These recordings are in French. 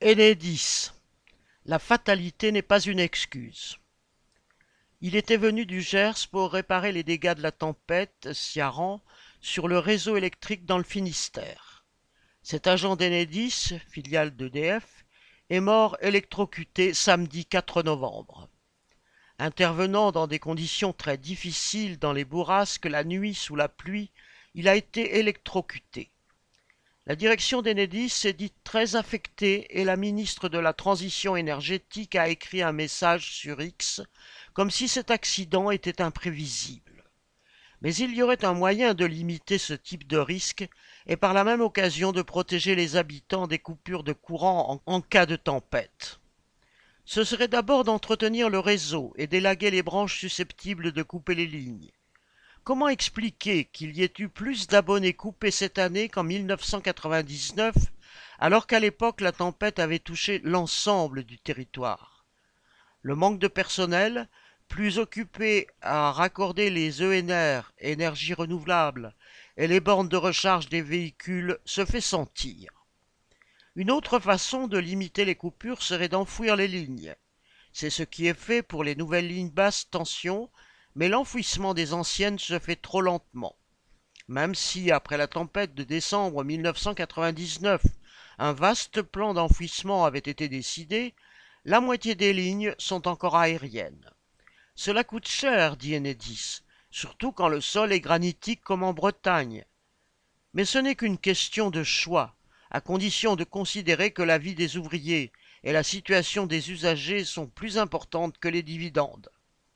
Enedis. La fatalité n'est pas une excuse. Il était venu du Gers pour réparer les dégâts de la tempête Ciaran sur le réseau électrique dans le Finistère. Cet agent d'Enedis, filiale d'EDF, est mort électrocuté samedi 4 novembre. Intervenant dans des conditions très difficiles dans les bourrasques la nuit sous la pluie, il a été électrocuté. La direction d'Enedis s'est dite très affectée et la ministre de la Transition énergétique a écrit un message sur X comme si cet accident était imprévisible. Mais il y aurait un moyen de limiter ce type de risque et par la même occasion de protéger les habitants des coupures de courant en cas de tempête. Ce serait d'abord d'entretenir le réseau et d'élaguer les branches susceptibles de couper les lignes. Comment expliquer qu'il y ait eu plus d'abonnés coupés cette année qu'en 1999, alors qu'à l'époque la tempête avait touché l'ensemble du territoire? Le manque de personnel, plus occupé à raccorder les ENR, énergies renouvelables, et les bornes de recharge des véhicules, se fait sentir. Une autre façon de limiter les coupures serait d'enfouir les lignes. C'est ce qui est fait pour les nouvelles lignes basse tension, mais l'enfouissement des anciennes se fait trop lentement. Même si, après la tempête de décembre 1999, un vaste plan d'enfouissement avait été décidé, la moitié des lignes sont encore aériennes. Cela coûte cher, dit Enedis, surtout quand le sol est granitique comme en Bretagne. Mais ce n'est qu'une question de choix, à condition de considérer que la vie des ouvriers et la situation des usagers sont plus importantes que les dividendes.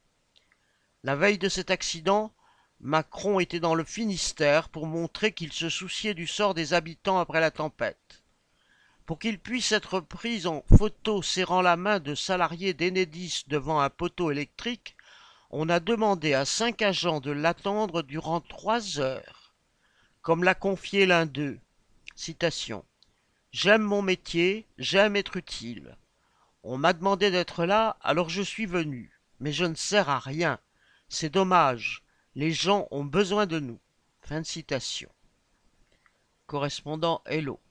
La veille de cet accident, Macron était dans le Finistère pour montrer qu'il se souciait du sort des habitants après la tempête. Pour qu'il puisse être pris en photo serrant la main de salariés d'Enedis devant un poteau électrique, on a demandé à 5 agents de l'attendre durant 3 heures. Comme l'a confié l'un d'eux, citation, « J'aime mon métier, j'aime être utile. On m'a demandé d'être là, alors je suis venu, mais je ne sers à rien. C'est dommage, les gens ont besoin de nous. » Fin de citation. Correspondant Hello.